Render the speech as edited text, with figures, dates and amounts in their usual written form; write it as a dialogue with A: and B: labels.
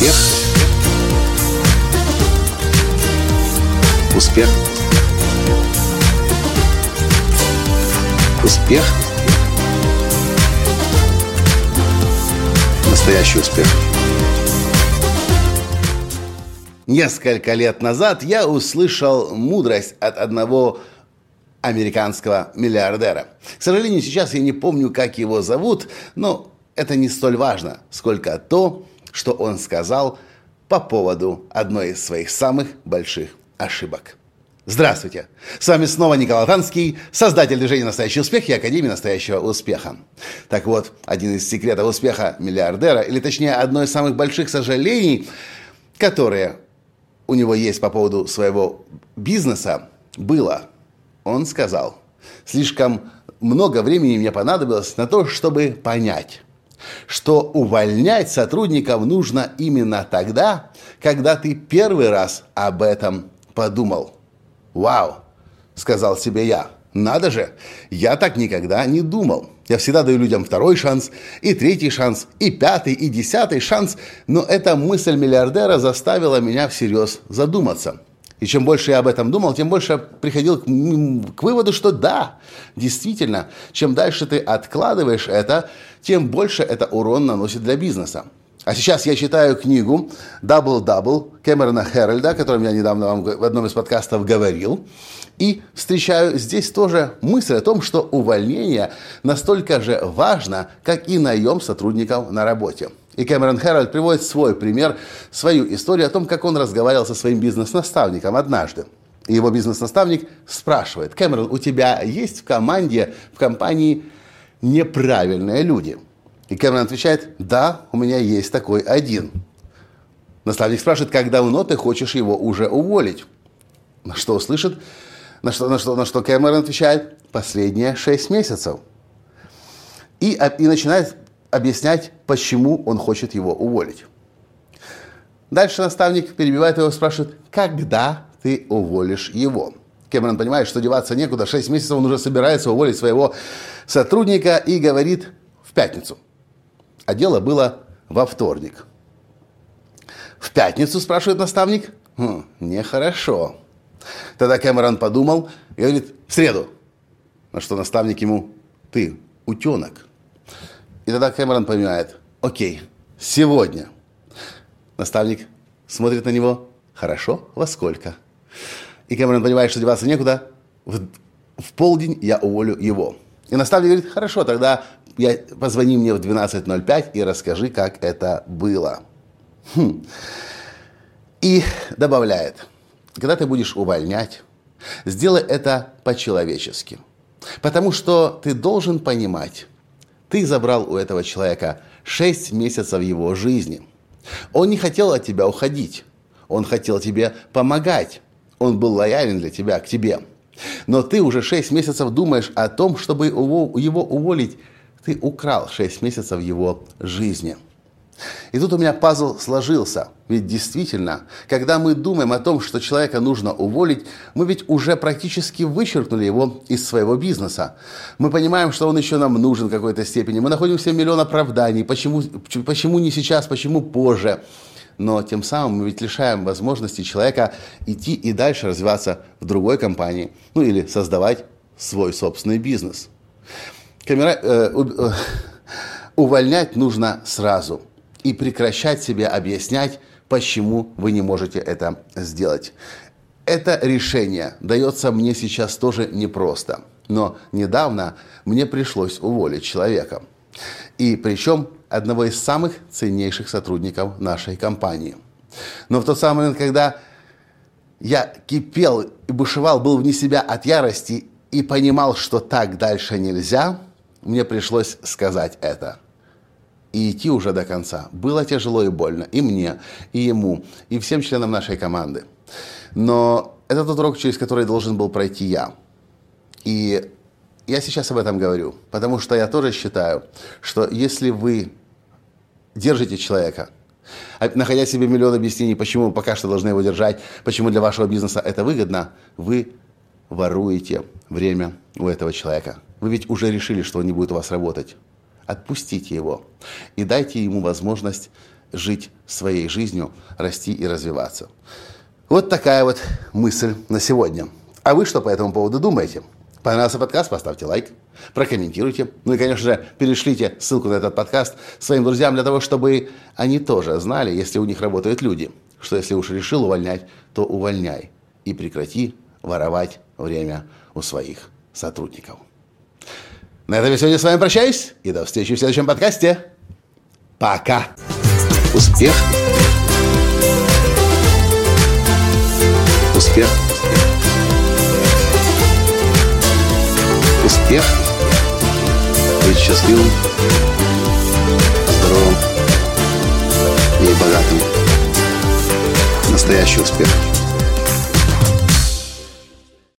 A: Успех. Успех. Успех. Настоящий успех. Несколько лет назад я услышал мудрость от одного американского миллиардера. К сожалению, сейчас я не помню, как его зовут, но это не столь важно, сколько то, что он сказал по поводу одной из своих самых больших ошибок. Здравствуйте! С вами снова Николай Танский, создатель движения «Настоящий успех» и Академии настоящего успеха. Так вот, один из секретов успеха миллиардера, или точнее, одно из самых больших сожалений, которые у него есть по поводу своего бизнеса, было, он сказал, слишком много времени мне понадобилось на то, чтобы понять, что увольнять сотрудников нужно именно тогда, когда ты первый раз об этом подумал. «Вау!» – сказал себе я. «Надо же! Я так никогда не думал. Я всегда даю людям второй шанс, и третий шанс, и пятый, и 10-й шанс, но эта мысль миллиардера заставила меня всерьез задуматься». И чем больше я об этом думал, тем больше я приходил к выводу, что да, действительно, чем дальше ты откладываешь это, тем больше это урон наносит для бизнеса. А сейчас я читаю книгу «Double-Double» Кэмерона Хэррольда, о котором я недавно вам в одном из подкастов говорил, и встречаю здесь тоже мысль о том, что увольнение настолько же важно, как и наем сотрудников на работе. И Кэмерон Хэррольд приводит свой пример, свою историю о том, как он разговаривал со своим бизнес-наставником однажды. И его бизнес-наставник спрашивает: «Кэмерон, у тебя есть в команде, в компании неправильные люди?» И Кэмерон отвечает: «Да, у меня есть такой один». Наставник спрашивает: «Как давно ты хочешь его уже уволить?» На что услышит, на что Кэмерон отвечает: «Последние 6 месяцев». И начинает объяснять, почему он хочет его уволить. Дальше наставник перебивает его и спрашивает: «Когда ты уволишь его?» Кэмерон понимает, что деваться некуда. 6 месяцев он уже собирается уволить своего сотрудника и говорит: «В пятницу». А дело было во вторник. «В пятницу?» – спрашивает наставник. Нехорошо. Тогда Кэмерон подумал и говорит: «В среду». На что наставник ему: «Ты утенок». И тогда Кэмерон понимает: «Окей, сегодня». Наставник смотрит на него: «Хорошо, во сколько?» И Кэмерон понимает, что деваться некуда. В полдень я уволю его. И наставник говорит: «Хорошо, тогда позвони мне в 12:05 и расскажи, как это было». И добавляет: «Когда ты будешь увольнять, сделай это по-человечески. Потому что ты должен понимать, ты забрал у этого человека 6 месяцев его жизни. Он не хотел от тебя уходить. Он хотел тебе помогать. Он был лоялен для тебя, к тебе. Но ты уже 6 месяцев думаешь о том, чтобы его уволить. Ты украл 6 месяцев его жизни». И тут у меня пазл сложился. Ведь действительно, когда мы думаем о том, что человека нужно уволить, мы ведь уже практически вычеркнули его из своего бизнеса. Мы понимаем, что он еще нам нужен в какой-то степени. Мы находим себе миллион оправданий. Почему не сейчас, почему позже? Но тем самым мы ведь лишаем возможности человека идти и дальше развиваться в другой компании. Ну или создавать свой собственный бизнес. Увольнять нужно сразу. И прекращать себе объяснять, почему вы не можете это сделать. Это решение дается мне сейчас тоже непросто. Но недавно мне пришлось уволить человека. И причем одного из самых ценнейших сотрудников нашей компании. Но в тот самый момент, когда я кипел и бушевал, был вне себя от ярости и понимал, что так дальше нельзя, мне пришлось сказать это. И идти уже до конца. Было тяжело и больно. И мне, и ему, и всем членам нашей команды. Но это тот урок, через который должен был пройти я. И я сейчас об этом говорю. Потому что я тоже считаю, что если вы держите человека, находя себе миллион объяснений, почему вы пока что должны его держать, почему для вашего бизнеса это выгодно, вы воруете время у этого человека. Вы ведь уже решили, что он не будет у вас работать. Отпустите его и дайте ему возможность жить своей жизнью, расти и развиваться. Вот такая вот мысль на сегодня. А вы что по этому поводу думаете? Понравился подкаст? Поставьте лайк, прокомментируйте. Ну и, конечно же, перешлите ссылку на этот подкаст своим друзьям для того, чтобы они тоже знали, если у них работают люди, что если уж решил увольнять, то увольняй. И прекрати воровать время у своих сотрудников. На этом я сегодня с вами прощаюсь. И до встречи в следующем подкасте. Пока. Успех. Успех. Успех. Быть счастливым, здоровым и богатым. Настоящий успех.